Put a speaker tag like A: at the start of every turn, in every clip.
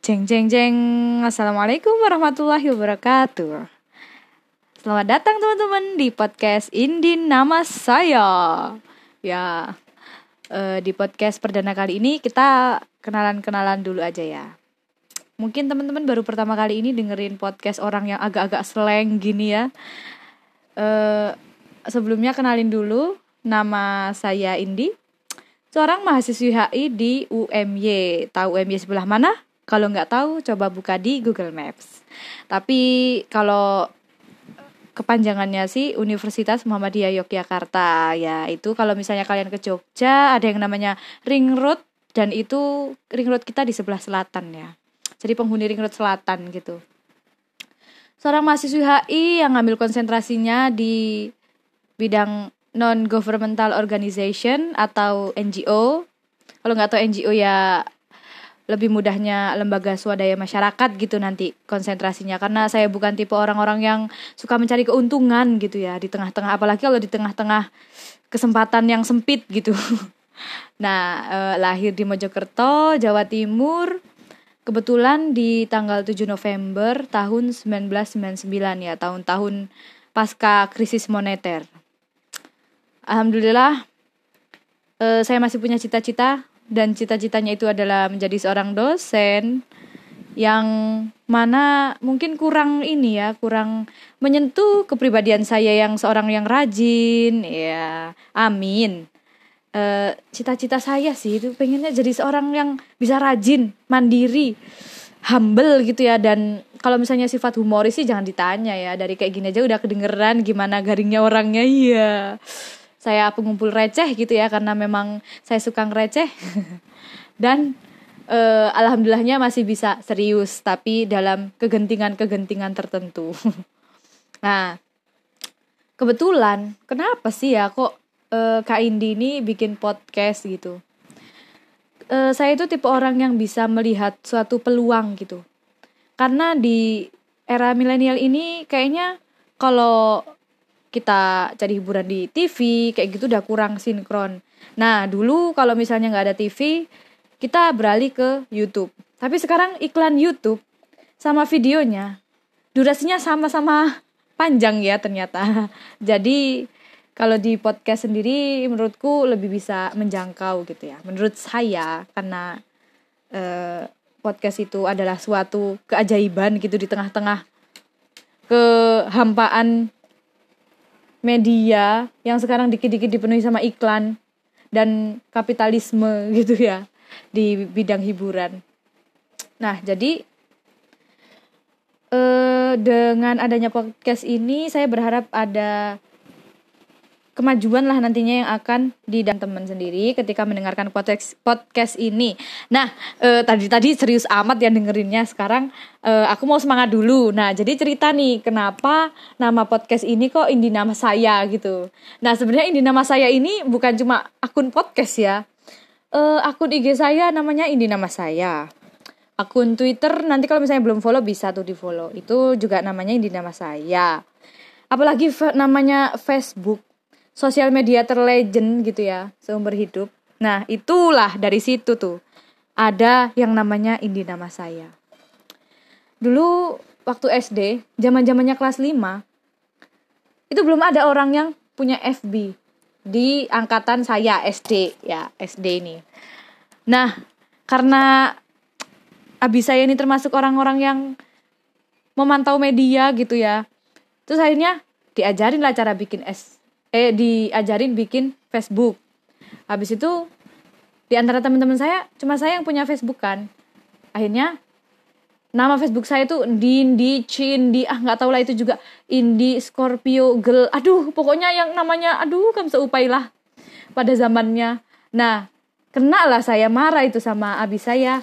A: Jeng jeng jeng. Assalamualaikum warahmatullahi wabarakatuh. Selamat datang teman-teman di podcast Indi nama saya. Ya, di podcast perdana kali ini kita kenalan-kenalan dulu aja ya. Mungkin teman-teman baru pertama kali ini dengerin podcast orang yang agak-agak slang gini ya. Sebelumnya kenalin dulu, nama saya Indi, seorang mahasiswi HI di UMY. Tahu UMY sebelah mana? Kalau nggak tahu, coba buka di Google Maps. Tapi kalau kepanjangannya sih Universitas Muhammadiyah Yogyakarta. Ya, itu kalau misalnya kalian ke Jogja, ada yang namanya Ring Road. Dan itu Ring Road kita di sebelah selatan ya. Jadi penghuni Ring Road selatan gitu. Seorang mahasiswi HI yang ngambil konsentrasinya di bidang non-governmental organization atau NGO. Kalau nggak tahu NGO ya lebih mudahnya lembaga swadaya masyarakat gitu nanti konsentrasinya. Karena saya bukan tipe orang-orang yang suka mencari keuntungan gitu ya di tengah-tengah, apalagi kalau di tengah-tengah kesempatan yang sempit gitu. Nah, lahir di Mojokerto, Jawa Timur. Kebetulan di tanggal 7 November tahun 1999 ya, tahun-tahun pasca krisis moneter. Alhamdulillah saya masih punya cita-cita. Dan cita-citanya itu adalah menjadi seorang dosen yang mana mungkin kurang menyentuh kepribadian saya yang seorang yang rajin, ya amin. Cita-cita saya sih itu pengennya jadi seorang yang bisa rajin, mandiri, humble gitu ya. Dan kalau misalnya sifat humoris sih jangan ditanya ya, dari kayak gini aja udah kedengeran gimana garingnya orangnya. Iya, saya pengumpul receh gitu ya, karena memang saya suka ngereceh. Dan alhamdulillahnya masih bisa serius, tapi dalam kegentingan-kegentingan tertentu. Nah, kebetulan kenapa sih ya kok Kak Indi ini bikin podcast gitu. Saya itu tipe orang yang bisa melihat suatu peluang gitu. Karena di era milenial ini kayaknya kalau kita cari hiburan di TV kayak gitu udah kurang sinkron. Nah, dulu kalau misalnya nggak ada TV, kita beralih ke YouTube. Tapi sekarang iklan YouTube sama videonya durasinya sama-sama panjang ya ternyata. Jadi kalau di podcast sendiri menurutku lebih bisa menjangkau gitu ya. Menurut saya, karena podcast itu adalah suatu keajaiban gitu di tengah-tengah kehampaan media yang sekarang dikit-dikit dipenuhi sama iklan dan kapitalisme gitu ya di bidang hiburan. Nah, jadi dengan adanya podcast ini saya berharap ada kemajuan lah nantinya yang akan dan teman sendiri ketika mendengarkan podcast ini. Nah, tadi serius amat ya dengerinnya. Sekarang aku mau semangat dulu. Nah, jadi cerita nih kenapa nama podcast ini kok Indi nama saya gitu. Nah, sebenarnya Indi nama saya ini bukan cuma akun podcast ya. Akun IG saya namanya Indi nama saya. Akun Twitter nanti kalau misalnya belum follow bisa tuh di follow. Itu juga namanya Indi nama saya. Apalagi namanya Facebook, sosial media terlegend gitu ya, seumur hidup. Nah, itulah dari situ tuh ada yang namanya Indi nama saya. Dulu waktu SD, zaman-zamannya kelas 5, itu belum ada orang yang punya FB di angkatan saya SD ya, SD ini. Nah, karena abi saya ini termasuk orang-orang yang memantau media gitu ya. Terus akhirnya diajarin lah cara bikin diajarin bikin Facebook. Habis itu di antara teman-teman saya cuma saya yang punya Facebook kan. Akhirnya nama Facebook saya tuh Indi, Cindi, nggak tahu lah itu juga Indi, Scorpio, Girl. Aduh, pokoknya yang namanya kamu seupai lah pada zamannya. Nah, kena lah saya marah itu sama abi saya.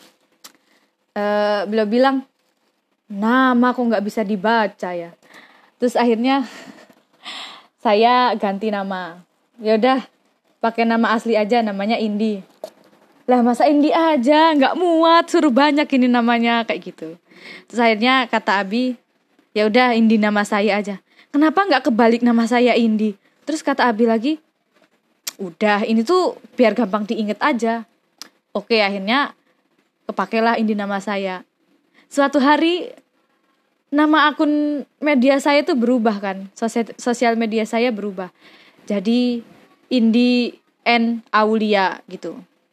A: Beliau bilang, nama kok nggak bisa dibaca ya. Terus akhirnya saya ganti nama. Ya udah, pakai nama asli aja, namanya Indi. Lah masa Indi aja, nggak muat, suruh banyak ini namanya kayak gitu. Terus akhirnya kata abi, ya udah Indi nama saya aja. Kenapa nggak kebalik nama saya Indi? Terus kata abi lagi, udah ini tuh biar gampang diinget aja. Oke, akhirnya kepakelah Indi nama saya. Suatu hari nama akun media saya tuh berubah kan, sosial media saya berubah jadi Indi N Aulia gitu.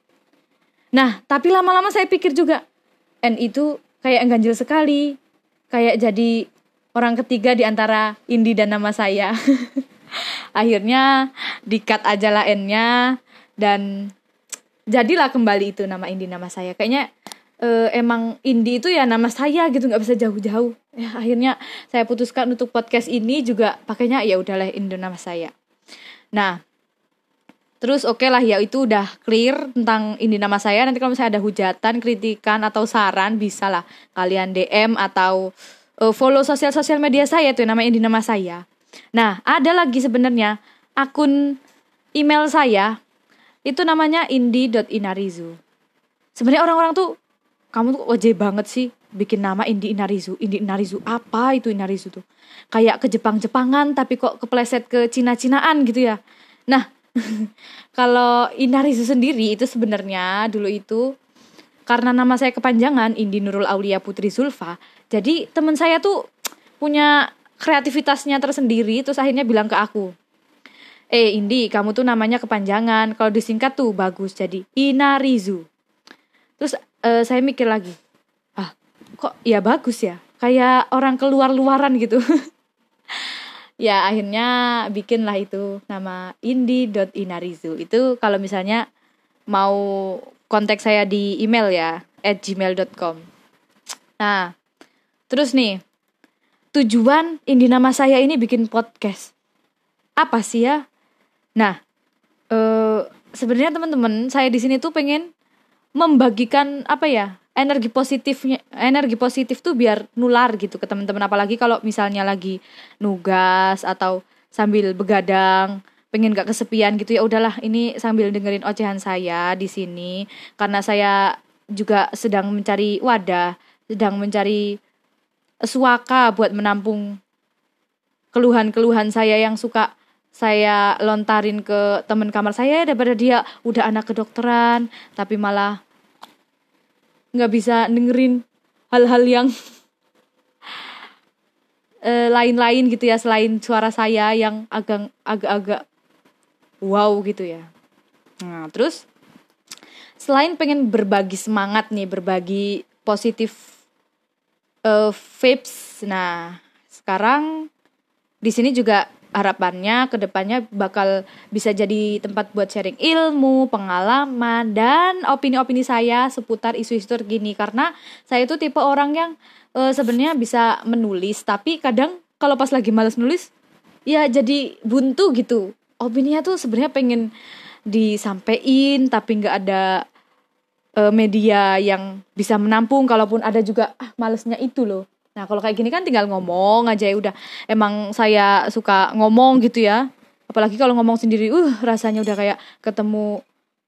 A: Nah tapi lama-lama saya pikir juga N itu kayak ganjil sekali, kayak jadi orang ketiga di antara Indi dan nama saya. Akhirnya di-cut aja lah N-nya dan jadilah kembali itu nama Indi nama saya. Kayaknya emang Indi itu ya nama saya gitu, nggak bisa jauh-jauh. Ya, akhirnya saya putuskan untuk podcast ini juga pakainya ya udahlah Indi nama saya. Nah, terus oke lah ya itu udah clear tentang Indi nama saya. Nanti kalau misalnya ada hujatan, kritikan atau saran bisa lah kalian DM atau follow sosial media saya tuh nama Indi nama saya. Nah, ada lagi sebenarnya akun email saya itu namanya indi.inarizu. Sebenarnya orang-orang tuh kamu tuh wajib banget sih bikin nama Indi Inarizu. Indi Inarizu apa itu Inarizu tuh? Kayak ke Jepang-Jepangan tapi kok kepleset ke Cina-Cinaan gitu ya. Nah, kalau Inarizu sendiri itu sebenarnya dulu itu karena nama saya kepanjangan Indi Nurul Aulia Putri Zulfa. Jadi teman saya tuh punya kreativitasnya tersendiri, terus akhirnya bilang ke aku, Indi, kamu tuh namanya kepanjangan, kalau disingkat tuh bagus, jadi Inarizu. Terus saya mikir lagi, kok ya bagus ya, kayak orang keluar-luaran gitu. Ya akhirnya bikinlah itu nama indi.inarizu. Itu kalau misalnya mau kontak saya di email ya, @gmail.com. Nah, terus nih, tujuan Indi nama saya ini bikin podcast apa sih ya? Nah, sebenarnya teman-teman saya di sini tuh pengen membagikan apa ya, energi positif tuh biar nular gitu ke teman-teman, apalagi kalau misalnya lagi nugas atau sambil begadang pengen gak kesepian gitu, ya udahlah ini sambil dengerin ocehan saya di sini karena saya juga sedang mencari wadah, sedang mencari suaka buat menampung keluhan-keluhan saya yang suka saya lontarin ke teman kamar saya daripada dia udah anak kedokteran tapi malah nggak bisa dengerin hal-hal yang lain-lain gitu ya selain suara saya yang agak-agak wow gitu ya. Nah terus selain pengen berbagi semangat nih, berbagi positif vibes, nah sekarang di sini juga harapannya kedepannya bakal bisa jadi tempat buat sharing ilmu, pengalaman, dan opini-opini saya seputar isu-isu terkini. Karena saya itu tipe orang yang sebenarnya bisa menulis, tapi kadang kalau pas lagi malas nulis, ya jadi buntu gitu. Opininya tuh sebenarnya pengen disampein, tapi nggak ada media yang bisa menampung. Kalaupun ada juga malesnya itu loh. Nah kalau kayak gini kan tinggal ngomong aja ya udah. Emang saya suka ngomong gitu ya. Apalagi kalau ngomong sendiri, rasanya udah kayak ketemu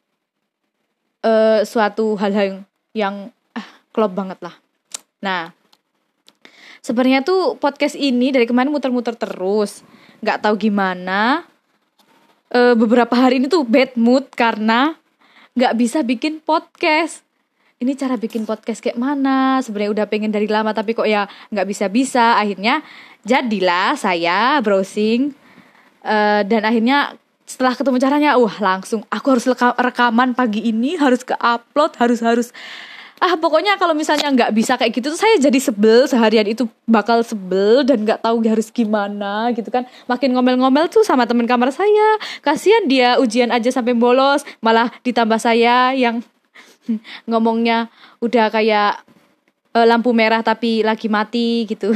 A: suatu hal yang klop banget lah. Nah sebenarnya tuh podcast ini dari kemarin muter-muter terus. Nggak tahu gimana. Beberapa hari ini tuh bad mood karena nggak bisa bikin podcast. Ini cara bikin podcast kayak mana? Sebenarnya udah pengen dari lama tapi kok ya nggak bisa. Akhirnya jadilah saya browsing dan akhirnya setelah ketemu caranya, langsung aku harus rekaman pagi ini, harus ke upload, harus. Pokoknya kalau misalnya nggak bisa kayak gitu tuh saya jadi sebel, seharian itu bakal sebel dan nggak tahu harus gimana gitu kan. Makin ngomel-ngomel tuh sama teman kamar saya, kasihan dia ujian aja sampai bolos, malah ditambah saya yang ngomongnya udah kayak lampu merah tapi lagi mati gitu.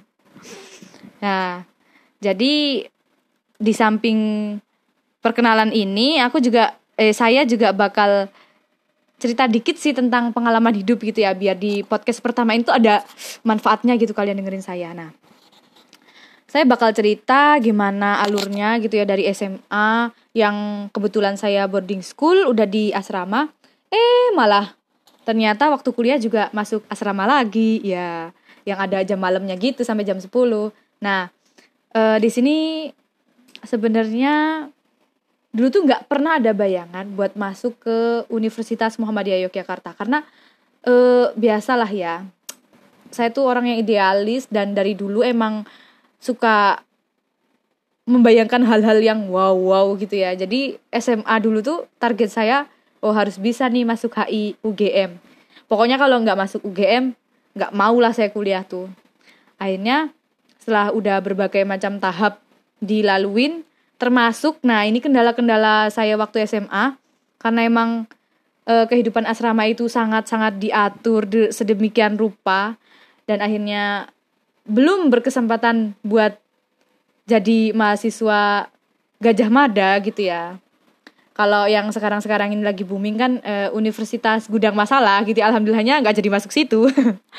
A: Nah jadi di samping perkenalan ini aku juga saya juga bakal cerita dikit sih tentang pengalaman hidup gitu ya, biar di podcast pertama itu ada manfaatnya gitu kalian dengerin saya. Nah saya bakal cerita gimana alurnya gitu ya dari SMA yang kebetulan saya boarding school udah di asrama, malah ternyata waktu kuliah juga masuk asrama lagi ya, yang ada jam malamnya gitu sampai jam 10. Nah di sini sebenarnya dulu tuh nggak pernah ada bayangan buat masuk ke Universitas Muhammadiyah Yogyakarta karena biasalah ya. Saya tuh orang yang idealis dan dari dulu emang suka membayangkan hal-hal yang wow gitu ya. Jadi SMA dulu tuh target saya harus bisa nih masuk HI UGM. Pokoknya kalau nggak masuk UGM nggak maulah saya kuliah tuh. Akhirnya setelah udah berbagai macam tahap dilaluin, termasuk ini kendala-kendala saya waktu SMA karena emang kehidupan asrama itu sangat-sangat diatur sedemikian rupa dan akhirnya belum berkesempatan buat jadi mahasiswa Gajah Mada gitu ya. Kalau yang sekarang-sekarang ini lagi booming kan Universitas Gudang Masalah gitu. Alhamdulillahnya nggak jadi masuk situ.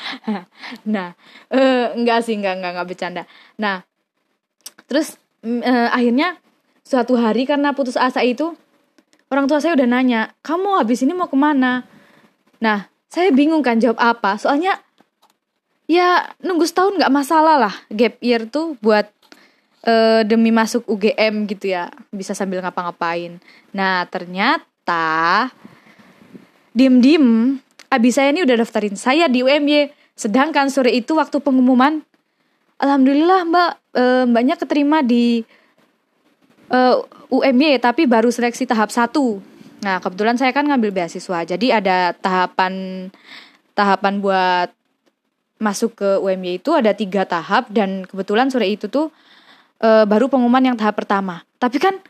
A: Enggak sih, enggak bercanda. Nah, terus akhirnya suatu hari karena putus asa itu, orang tua saya udah nanya, kamu habis ini mau kemana? Nah, saya bingung kan jawab apa. Soalnya ya nunggu setahun nggak masalah lah. Gap year tuh buat demi masuk UGM gitu ya, bisa sambil ngapa-ngapain. Nah ternyata diem-diem abis saya ini udah daftarin saya di UMY. Sedangkan sore itu waktu pengumuman, alhamdulillah mbaknya keterima di UMY tapi baru seleksi tahap 1. Nah kebetulan saya kan ngambil beasiswa, jadi ada tahapan buat masuk ke UMY itu ada 3 tahap. Dan kebetulan sore itu tuh baru pengumuman yang tahap pertama. Tapi kan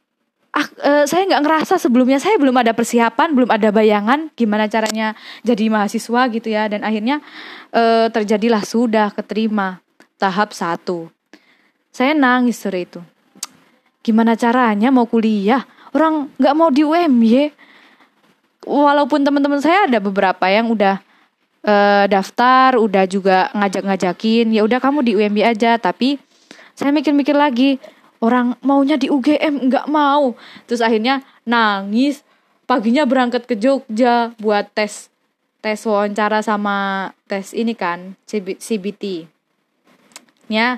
A: saya nggak ngerasa sebelumnya, saya belum ada persiapan, belum ada bayangan gimana caranya jadi mahasiswa gitu ya. Dan akhirnya terjadilah sudah keterima tahap 1. Saya nangis sore itu. Gimana caranya mau kuliah? Orang nggak mau di UMY. Walaupun teman-teman saya ada beberapa yang udah daftar, udah juga ngajak-ngajakin, ya udah kamu di UMY aja. Tapi saya mikir-mikir lagi, orang maunya di UGM nggak mau. Terus akhirnya nangis. Paginya berangkat ke Jogja buat tes wawancara sama tes ini kan, CBT. Ya,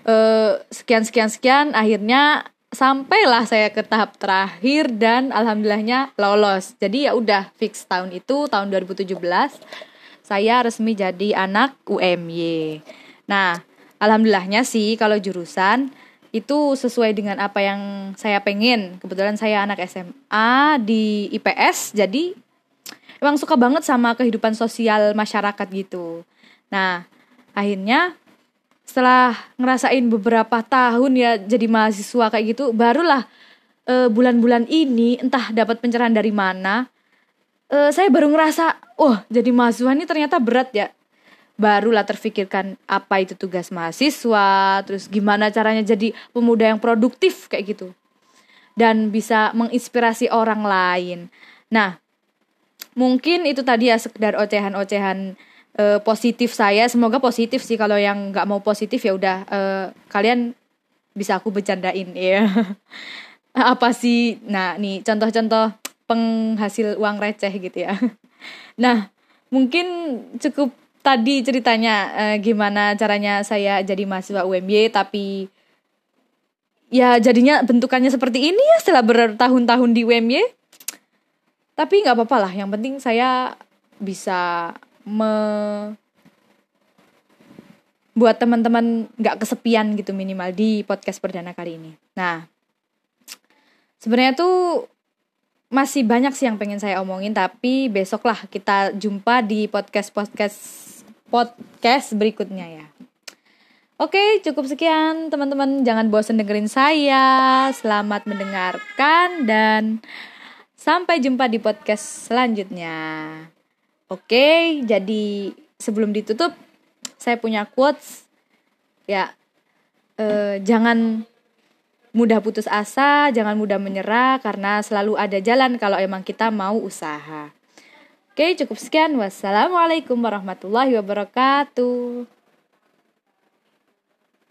A: sekian. Akhirnya sampailah saya ke tahap terakhir dan alhamdulillahnya lolos. Jadi ya udah fix tahun itu, tahun 2017 saya resmi jadi anak UMY. Nah, alhamdulillahnya sih kalau jurusan itu sesuai dengan apa yang saya pengen. Kebetulan saya anak SMA di IPS, jadi emang suka banget sama kehidupan sosial masyarakat gitu. Nah, akhirnya setelah ngerasain beberapa tahun ya jadi mahasiswa kayak gitu, barulah bulan-bulan ini entah dapat pencerahan dari mana, saya baru ngerasa, jadi mahasiswa ini ternyata berat ya. Barulah terfikirkan apa itu tugas mahasiswa, terus gimana caranya jadi pemuda yang produktif kayak gitu. Dan bisa menginspirasi orang lain. Nah, mungkin itu tadi ya sekedar ocehan-ocehan positif saya. Semoga positif sih, kalau yang nggak mau positif ya udah kalian bisa aku bercandain ya. Apa sih? Nah, nih contoh-contoh penghasil uang receh gitu ya. Nah, mungkin cukup tadi ceritanya gimana caranya saya jadi mahasiswa UMY, tapi ya jadinya bentukannya seperti ini ya setelah bertahun-tahun di UMY. Tapi nggak apa-apa lah, yang penting saya bisa buat teman-teman nggak kesepian gitu minimal di podcast perdana kali ini. Nah, sebenarnya tuh masih banyak sih yang pengen saya omongin, tapi besoklah kita jumpa di podcast berikutnya ya. Oke, cukup sekian teman-teman. Jangan bosan dengerin saya. Selamat mendengarkan dan sampai jumpa di podcast selanjutnya. Oke, jadi sebelum ditutup saya punya quotes ya. Jangan mudah putus asa, jangan mudah menyerah, karena selalu ada jalan kalau emang kita mau usaha. Oke, cukup sekian. Wassalamualaikum warahmatullahi wabarakatuh.